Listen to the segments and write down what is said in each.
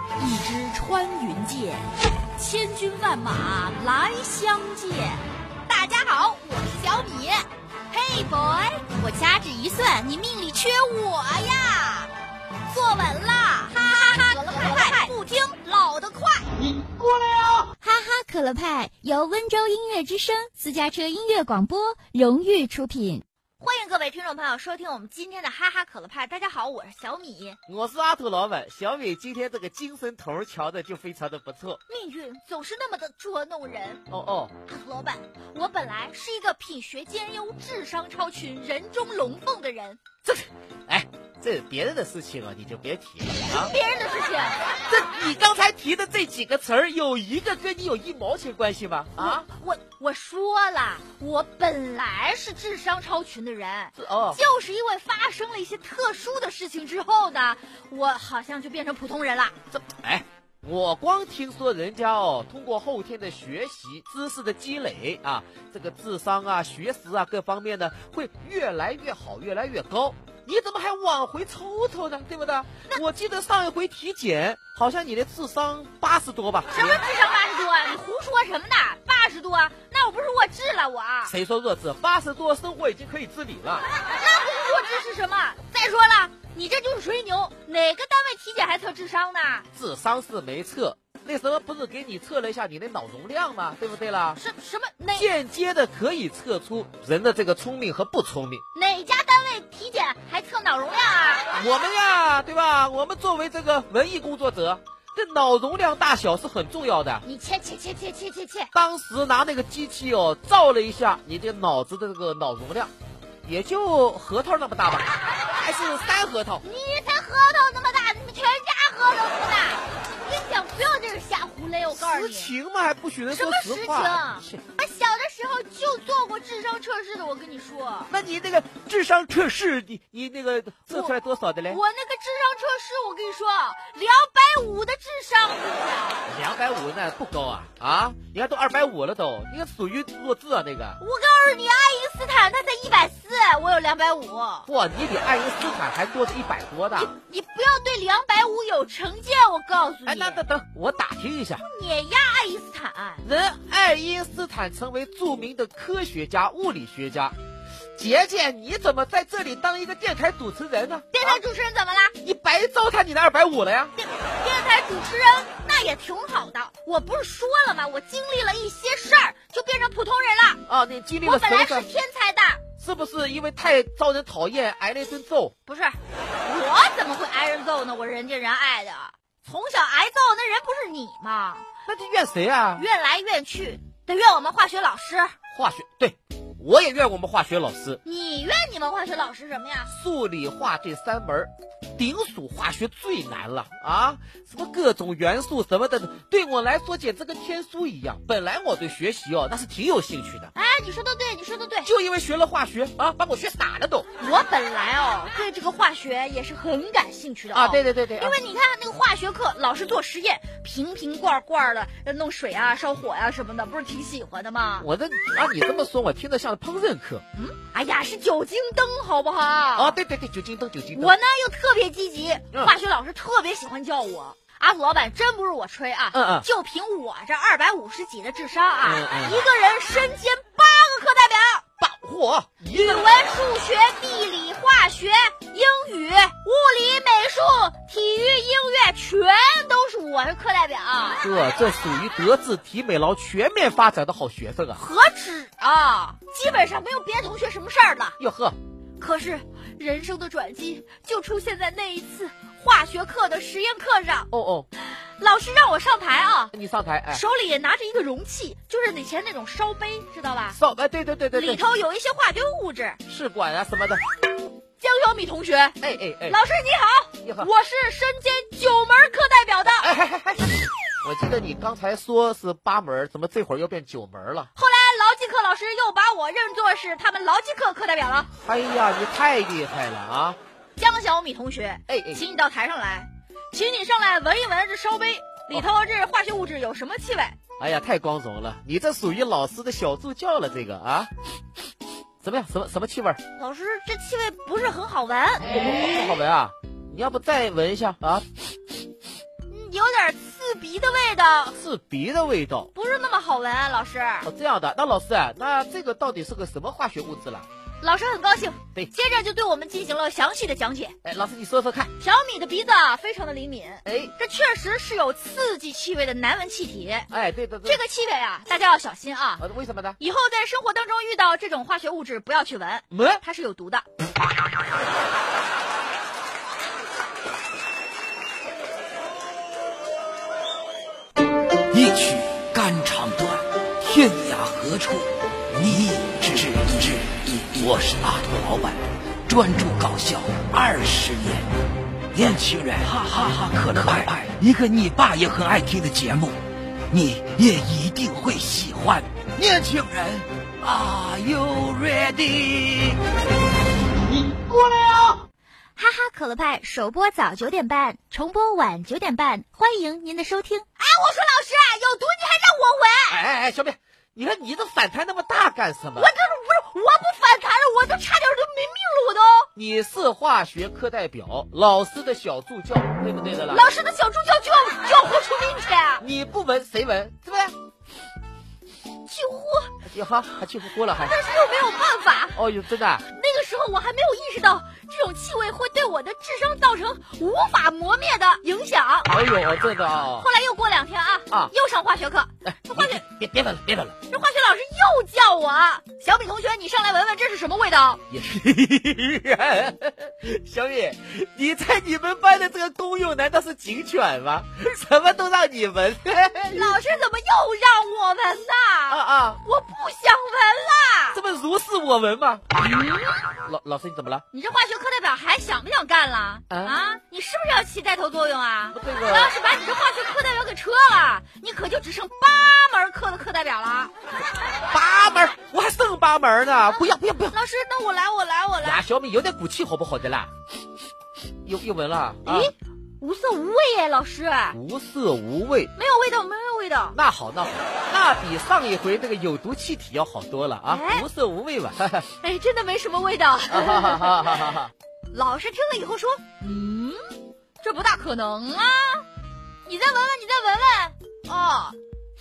一支穿云箭，千军万马来相见。大家好，我是小米。嘿 boy， 我掐指一算，你命里缺我呀！坐稳了，哈哈哈！可乐派不听老的快， 你过来呀！ 哈哈可乐派由温州音乐之声私家车音乐广播荣誉出品。 欢迎各位听众朋友收听我们今天的哈哈可乐派。大家好，我是小米， 我是阿土老板。小米今天这个精神头瞧的就非常的不错。 命运总是那么的捉弄人。 阿土老板，我本来是一个品学兼优、智商超群、人中龙凤的人。 这别人的事情啊，你就别提了啊。 别人的事情， 这你刚才提的这几个词儿，有一个跟你有一毛钱关系吗？啊， 我说了，我本来是智商超群的人，就是因为发生了一些特殊的事情之后呢，我好像就变成普通人了。 我光听说人家通过后天的学习、知识的积累啊，这个智商啊、学识啊各方面呢会越来越好、越来越高。你怎么还往回抽抽呢？对不对？我记得上一回体检，好像你的智商80多吧？ 什么智商80多啊？你胡说什么呢？80多？那我不是弱智了我？ 谁说弱智？80多生活已经可以自理了。 那不是弱智是什么？再说了，你这就是吹牛，哪个单位体检还测智商呢？ 智商是没测，那什么不是给你测了一下你的脑容量吗？对不对啦？ 什么？ 间接的可以测出人的这个聪明和不聪明。 哪家单位体检还测脑容量啊？ 我们呀，对吧？我们作为这个文艺工作者，这脑容量大小是很重要的。 你切！ 当时拿那个机器照了一下你的脑子的这个脑容量，也就核桃那么大吧，还是3核桃。 你才核桃那么大，你们全家核桃那么大。我跟你讲，不要在这瞎胡来，我告诉你。 实情嘛，还不许人说实话。 什么实情？我小的时候就做过智商测试的，我跟你说。 那你那个智商测试，你那个测出来多少的嘞？ 我那个智商测试，我跟你说，250的智商。 250那不高啊！你看都250了都，你看属于弱智啊那个。 我告诉你，爱因斯坦他才140，我有250。 哇，你比爱因斯坦还多着100多的。 你不要对250有成见，我告诉你。 那等，我打听一下。 碾压爱因斯坦。 人爱因斯坦成为著名的科学家、物理学家。姐姐，你怎么在这里当一个电台主持人呢？ 电台主持人怎么了？ 你白糟蹋你的250了呀！ 电台主持人那也挺好的，我不是说了吗？我经历了一些事儿，就变成普通人了。 你经历了什么事？ 我本来是天才的。 是不是因为太招人讨厌，挨了一顿揍？ 不是，我怎么会挨人揍呢？我人见人爱的，从小挨揍那人不是你吗？ 那就怨谁啊？ 怨来怨去，得怨我们化学老师。 对，我也怨我们化学老师。 你怨你们化学老师什么呀？ 数理化这3门，顶属化学最难了啊！什么各种元素什么的，对我来说简直跟天书一样。本来我对学习那是挺有兴趣的。 你说的对， 就因为学了化学把我学傻了都。 我本来对这个化学也是很感兴趣的对。 因为你看那个化学课，老师做实验，瓶罐的弄水啊、烧火呀什么的，不是挺喜欢的吗？ 你这么说，我听着像烹饪课。 是酒精灯，好不好？ 对，酒精灯。 我呢又特别积极，化学老师特别喜欢叫我。阿土老板，真不是我吹啊！就凭我这250几的智商一个人身兼8个课代表，语文、数学、地理、化学、英语、物理、美术、体育、音乐，全都是我是课代表。 这属于德智体美劳全面发展的好学生啊！ 何止啊，基本上没有别的同学什么事儿了。 哟呵， 可是人生的转机就出现在那一次化学课的实验课上。老师让我上台你上台， 手里拿着一个容器，就是以前那种烧杯，知道吧？ 对， 里头有一些化学物质， 试管什么的。 江小米同学， 老师你好，我是身兼9门课代表的。 我记得你刚才说是8门，怎么这会儿又变9门了？ 后来劳技课老师又把我认作是他们劳技课课代表了。 哎呀，你太厉害了啊！ 江小米同学，请你到台上来，请你上来闻一闻这烧杯里头这化学物质有什么气味。 哎呀，太光荣了，你这属于老师的小助教了，这个怎么样？什么气味？ 老师，这气味不是很好闻。 不好闻啊？你要不再闻一下啊？ 有点刺鼻的味道。 刺鼻的味道不是那么好闻啊，老师。 哦，这样的，那老师啊，那这个到底是个什么化学物质了？ 老师很高兴， 对， 接着就对我们进行了详细的讲解。 哎，老师你说说看。 小米的鼻子啊，非常的灵敏， 哎， 这确实是有刺激气味的难闻气体。 哎，对的， 这个气味啊，大家要小心啊。 为什么呢？ 以后在生活当中遇到这种化学物质，不要去闻，它是有毒的。 一曲肝肠断，天涯何处你知？我是阿土老板，专注搞笑20年。年轻人，哈哈哈可乐派，一个你爸也很爱听的节目，你也一定会喜欢。年轻人 ，Are you ready？ 你过来啊！ 哈哈可乐派首播早9点半，重播晚9点半，欢迎您的收听。 哎，我说老师有毒，你还让我闻？ 哎，小美，你看你这反弹那么大干什么？ 我不反弹了，我都差点就没命了，我都。 你是化学课代表，老师的小助教，对不对的啦？ 老师的小助教就要豁出命去。 你不闻谁闻？是不是？ 气呼！ 哈，还气呼呼了还？ 但是又没有办法。 哦哟，真的。 那个时候我还没有意识到这种气味会对我的智商造成无法磨灭的影响。 哎呦，真的啊！ 后来又过2天又上化学课。这化学别闻了，别闻了。 这化学老师又叫我，小米同学，你上来闻闻这是什么味道？ 小米，你在你们班的这个功用难道是警犬吗？什么都让你闻。 老师怎么又让我闻呢？我不想闻了。 这不如是我闻吗？老师你怎么了？ 你这化学课代表还想不想干了？你是不是要起带头作用啊？我要是把你这化学课代表给撤了，你可就只剩8门课的课代表了。 8门？我还剩8门呢！不要！ 老师，那我来。 呀，小米有点骨气好不好的啦？又闻了？ 咦，无色无味耶，老师。 无色无味， 没有味道。 那好，那比上一回那个有毒气体要好多了啊！无色无味吧？ 哎，真的没什么味道。老师听了以后说：“这不大可能啊！你再闻闻。哦。”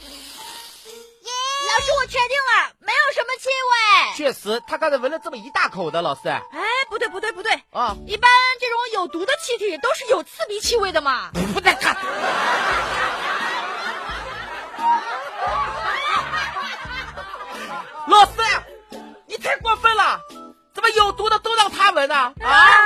老师，我确定了，没有什么气味。 确实，他刚才闻了这么一大口的，老师。 哎，不对啊！ 一般这种有毒的气体都是有刺鼻气味的嘛。 不再看。老师，你太过分了！怎么有毒的都让他闻呢？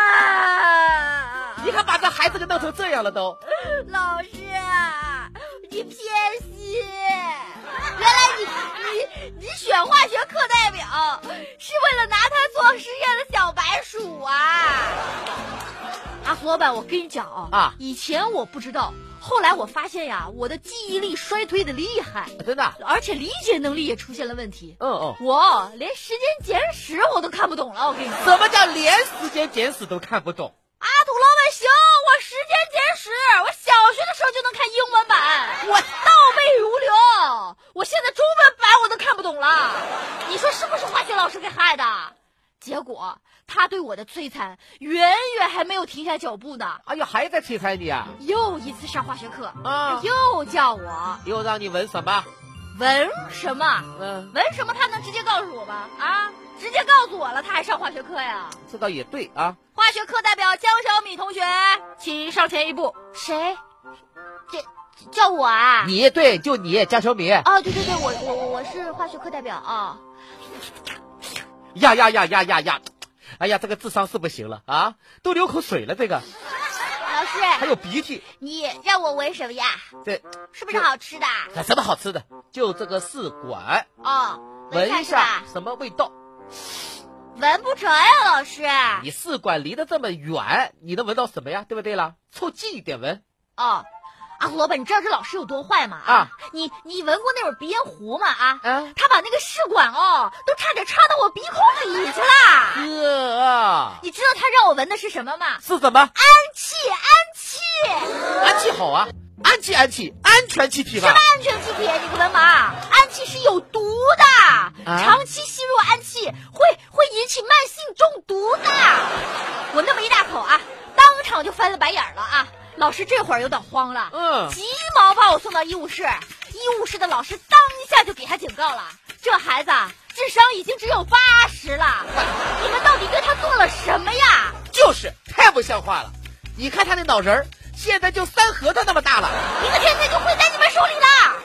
你看把这孩子给弄成这样了都。 老师，你偏心。原来你选化学课代表是为了拿它做实验的小白鼠啊！阿福老板，我跟你讲以前我不知道，后来我发现呀，我的记忆力衰退的厉害， 真的， 而且理解能力也出现了问题。 我连时间简史我都看不懂了，我跟你说。 什么叫连时间简史都看不懂？ 阿土老板行，我时间简史，我小学的时候就能看英文版，我倒背如流。我现在中文版我都看不懂了，你说是不是化学老师给害的？结果他对我的摧残远远还没有停下脚步呢。 哎呀，还在摧残你啊！ 又一次上化学课又叫我， 又让你闻什么？ 闻什么？闻什么？他能直接告诉我吗？直接告诉我了，他还上化学课呀？ 这倒也对啊。 化学课代表江小米同学，请上前一步。谁？这叫我啊？ 你对，就你，江小米。 对，我是化学课代表啊。 呀！哎呀，这个智商是不行了啊，都流口水了这个。 老师， 还有鼻涕。 你让我闻什么呀？ 这是不是好吃的？ 什么好吃的？就这个试管闻一下什么味道？ 闻不着呀，老师。 你试管离得这么远，你能闻到什么呀？对不对啦？凑近一点闻。 老板，你知道这老师有多坏吗？你闻过那种鼻烟壶吗？他把那个试管都差点插到我鼻孔里去了。你知道他让我闻的是什么吗？ 是什么？ 氨气。 氨气好啊，氨气，安全气体吧？ 什么安全气体？你个文盲！氨气是有毒的，长期吸入氨气会引起慢性中毒的。我那么一大口当场就翻了白眼了老师这会儿有点慌了，急忙把我送到医务室。医务室的老师当下就给他警告了，这孩子智商已经只有80了，你们到底对他做了什么呀？ 就是太不像话了！你看他那脑仁儿，现在就3核桃那么大了， 一个天才就毁在你们手里了。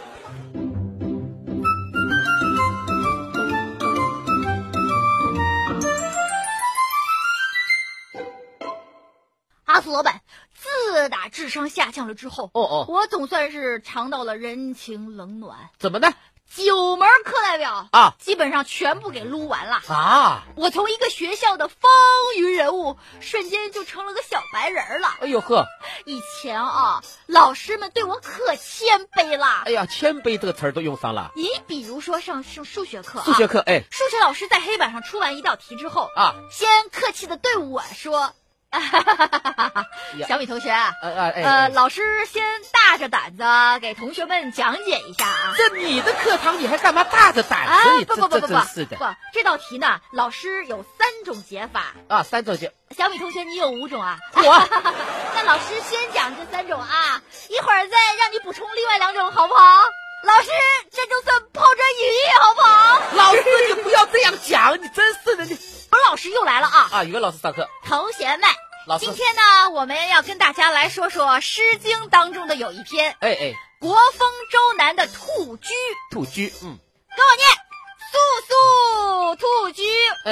阿苏老板，自打智商下降了之后，我总算是尝到了人情冷暖。 怎么呢 ？9门课代表啊， 基本上全部给撸完了啊！ 我从一个学校的风云人物，瞬间就成了个小白人了。 哎呦呵！ 以前啊，老师们对我可谦卑了。 哎呀，谦卑这个词儿都用上了。 你比如说上数学课， 数学课， 数学老师在黑板上出完一道题之后啊， 先客气的对我说。小米同学，老师先大着胆子给同学们讲解一下啊。 这你的课堂你还干嘛大着胆子？ 不， 真是的。 不，这道题呢，老师有3种解法啊，3种解。 小米同学，你有5种啊？ 我那老师先讲这3种啊，一会儿再让你补充另外2种，好不好？老师，这就算抛砖引玉，好不好？ 老师，你不要这样讲，你真是的你。 语文老师又来了啊！ 啊，语文老师上课。 同学们，今天呢，我们要跟大家来说说《诗经》当中的有一篇，国风周南的《兔居》。 兔居， 跟我念：素素兔居。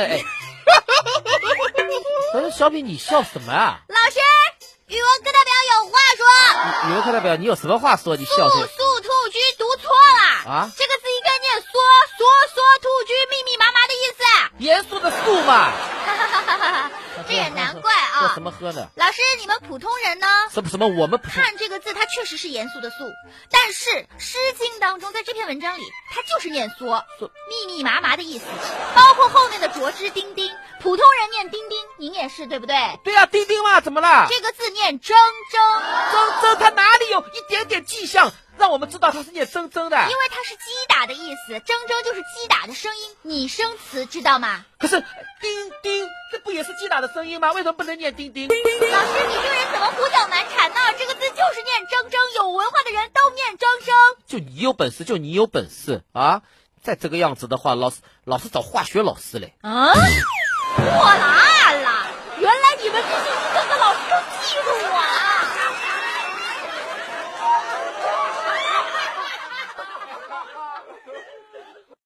小米，你笑什么啊？ 老师，语文课代表有话说。 语文课代表，你有什么话说？你笑素素兔居读错了啊！ 这个字应该念缩兔居，密密麻麻的意思。 严肃的肃嘛。 这也难怪啊！ 这什么喝呢？ 老师，你们普通人呢？ 什么？我们看这个字，它确实是严肃的肃，但是《诗经》当中，在这篇文章里，它就是念缩，密密麻麻的意思，包括后面的着之丁丁，普通人念丁丁，您也是对不对？ 对啊，丁丁嘛，怎么了？ 这个字念铮， 它哪里有一点点迹象让我们知道它是念铮的？ 因为它是击打的意思，铮就是击打的声音，拟声词知道吗？ 可是丁丁这不也是击打的声音吗？为什么不能念丁丁？ 老师，你这人怎么胡搅蛮缠呢？这个字就是念铮，有文化的人都念铮声。 就你有本事啊！再这个样子的话，老师找化学老师嘞。 破了案了！原来你们这些一个个老师都记住我啊！